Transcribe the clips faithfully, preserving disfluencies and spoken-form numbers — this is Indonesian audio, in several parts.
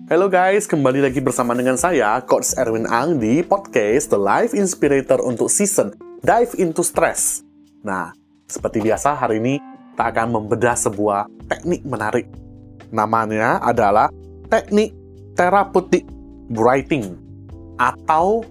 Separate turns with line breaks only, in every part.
Halo guys, kembali lagi bersama dengan saya, Coach Erwin Ang di podcast The Life Inspirator untuk season Dive into Stress. Nah, seperti biasa hari ini kita akan membedah sebuah teknik menarik. Namanya adalah teknik therapeutic writing atau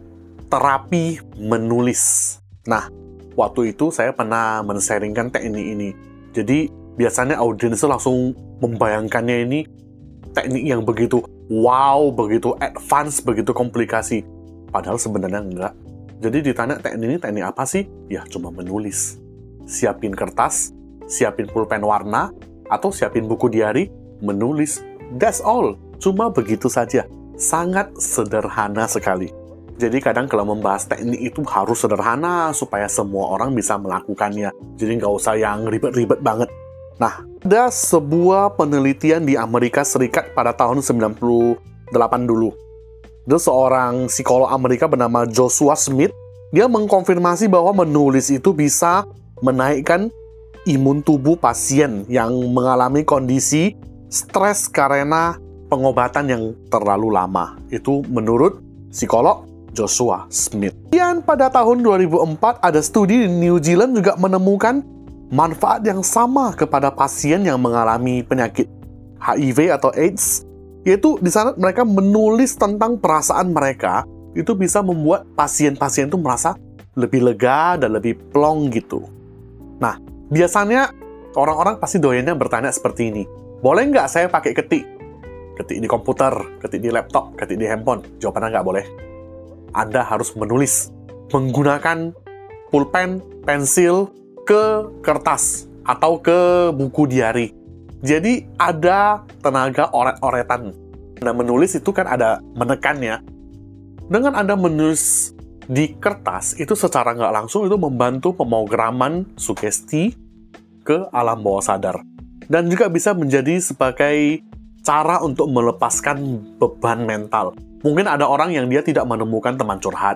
terapi menulis. Nah, waktu itu saya pernah men-sharingkan teknik ini. Jadi, biasanya audiens langsung membayangkannya ini teknik yang begitu wow, begitu advance, begitu komplikasi. Padahal sebenarnya enggak. Jadi ditanya teknik ini teknik apa sih? Ya cuma menulis. Siapin kertas, siapin pulpen warna, atau siapin buku diary, menulis. That's all. Cuma begitu saja. Sangat sederhana sekali. Jadi kadang kalau membahas teknik itu harus sederhana supaya semua orang bisa melakukannya. Jadi nggak usah yang ribet-ribet banget. Nah, ada sebuah penelitian di Amerika Serikat pada tahun sembilan puluh delapan dulu. Ada seorang psikolog Amerika bernama Joshua Smith. Dia mengkonfirmasi bahwa menulis itu bisa menaikkan imun tubuh pasien yang mengalami kondisi stres karena pengobatan yang terlalu lama. Itu menurut psikolog Joshua Smith. Dan pada tahun dua ribu empat, ada studi di New Zealand juga menemukan manfaat yang sama kepada pasien yang mengalami penyakit H I V atau AIDS, yaitu di sana mereka menulis tentang perasaan mereka, itu bisa membuat pasien-pasien itu merasa lebih lega dan lebih plong gitu. Nah, biasanya orang-orang pasti doyannya bertanya seperti ini, boleh nggak saya pakai ketik? Ketik di komputer, ketik di laptop, ketik di handphone? Jawabannya nggak boleh. Anda harus menulis menggunakan pulpen, pensil, ke kertas atau ke buku diary. Jadi ada tenaga oret-oretan. Nah, menulis itu kan ada menekannya. Dengan Anda menulis di kertas, itu secara nggak langsung itu membantu pemrograman sugesti ke alam bawah sadar. Dan juga bisa menjadi sebagai cara untuk melepaskan beban mental. Mungkin ada orang yang dia tidak menemukan teman curhat,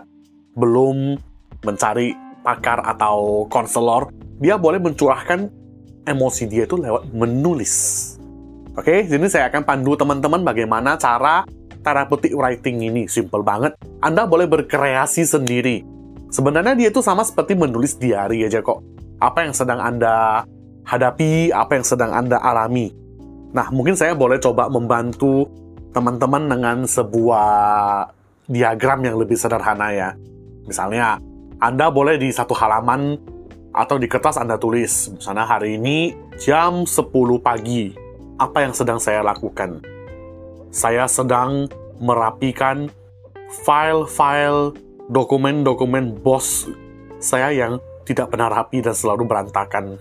belum mencari pakar atau konselor, dia boleh mencurahkan emosi dia itu lewat menulis. Oke, jadi saya akan pandu teman-teman bagaimana cara therapeutic writing ini. Simple banget. Anda boleh berkreasi sendiri. Sebenarnya dia itu sama seperti menulis diary aja kok. Apa yang sedang Anda hadapi, apa yang sedang Anda alami. Nah, mungkin saya boleh coba membantu teman-teman dengan sebuah diagram yang lebih sederhana ya. Misalnya, Anda boleh di satu halaman atau di kertas Anda tulis, misalnya hari ini jam sepuluh pagi, apa yang sedang saya lakukan? Saya sedang merapikan file-file, dokumen-dokumen bos saya yang tidak pernah rapi dan selalu berantakan.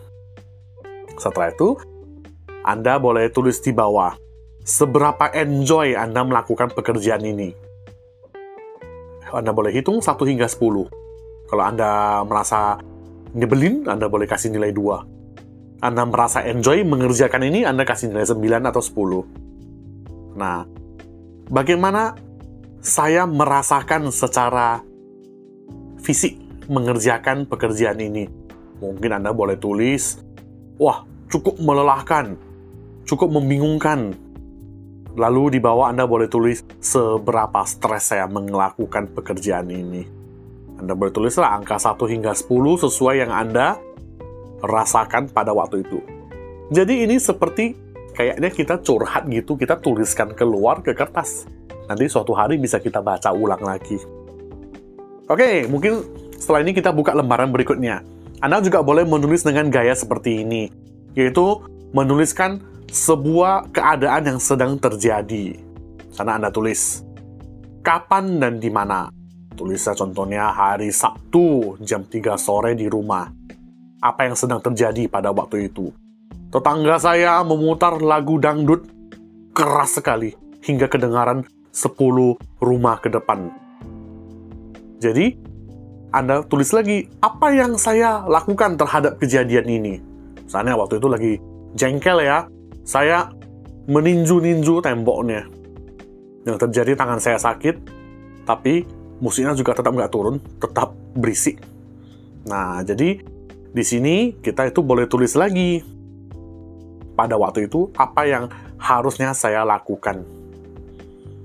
Setelah itu, Anda boleh tulis di bawah, seberapa enjoy Anda melakukan pekerjaan ini. Anda boleh hitung satu hingga sepuluh. Kalau Anda merasa nyebelin, Anda boleh kasih nilai dua. Anda merasa enjoy mengerjakan ini, Anda kasih nilai sembilan atau sepuluh. Nah, bagaimana saya merasakan secara fisik mengerjakan pekerjaan ini? Mungkin Anda boleh tulis, wah, cukup melelahkan, cukup membingungkan. Lalu di bawah Anda boleh tulis, seberapa stres saya melakukan pekerjaan ini. Anda boleh tulislah angka satu hingga sepuluh sesuai yang Anda rasakan pada waktu itu. Jadi ini seperti kayaknya kita curhat gitu, kita tuliskan keluar ke kertas. Nanti suatu hari bisa kita baca ulang lagi. Oke, mungkin setelah ini kita buka lembaran berikutnya. Anda juga boleh menulis dengan gaya seperti ini, yaitu menuliskan sebuah keadaan yang sedang terjadi. Sana Anda tulis, kapan dan di mana. Tulisnya contohnya hari Sabtu jam tiga sore di rumah. Apa yang sedang terjadi pada waktu itu? Tetangga saya memutar lagu dangdut keras sekali hingga kedengaran sepuluh rumah ke depan. Jadi, Anda tulis lagi, apa yang saya lakukan terhadap kejadian ini? Misalnya waktu itu lagi jengkel ya, saya meninju-ninju temboknya. Yang terjadi tangan saya sakit, tapi musiknya juga tetap nggak turun, tetap berisik. Nah, jadi di sini kita itu boleh tulis lagi. Pada waktu itu, apa yang harusnya saya lakukan?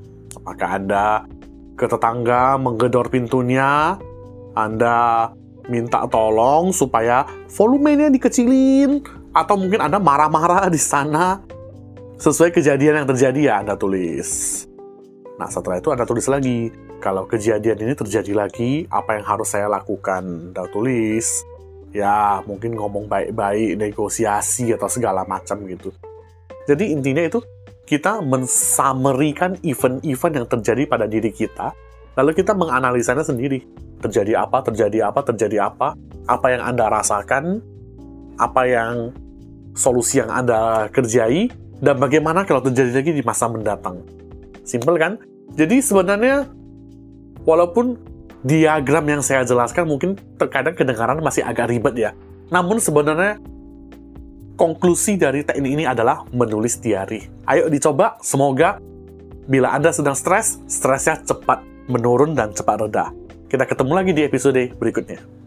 Maka Anda ke tetangga menggedor pintunya, Anda minta tolong supaya volumenya dikecilin, atau mungkin Anda marah-marah di sana. Sesuai kejadian yang terjadi ya Anda tulis. Nah, setelah itu Anda tulis lagi, kalau kejadian ini terjadi lagi, apa yang harus saya lakukan? Anda tulis. Ya, mungkin ngomong baik-baik, negosiasi, atau segala macam gitu. Jadi intinya itu, kita mensummary-kan event-event yang terjadi pada diri kita, lalu kita menganalisanya sendiri. Terjadi apa, terjadi apa, terjadi apa, apa yang Anda rasakan, apa yang solusi yang Anda kerjai, dan bagaimana kalau terjadi lagi di masa mendatang. Simpel kan? Jadi sebenarnya, walaupun diagram yang saya jelaskan mungkin terkadang kedengaran masih agak ribet ya, namun sebenarnya konklusi dari teknik ini adalah menulis diary. Ayo dicoba, semoga bila Anda sedang stres, stresnya cepat menurun dan cepat reda. Kita ketemu lagi di episode berikutnya.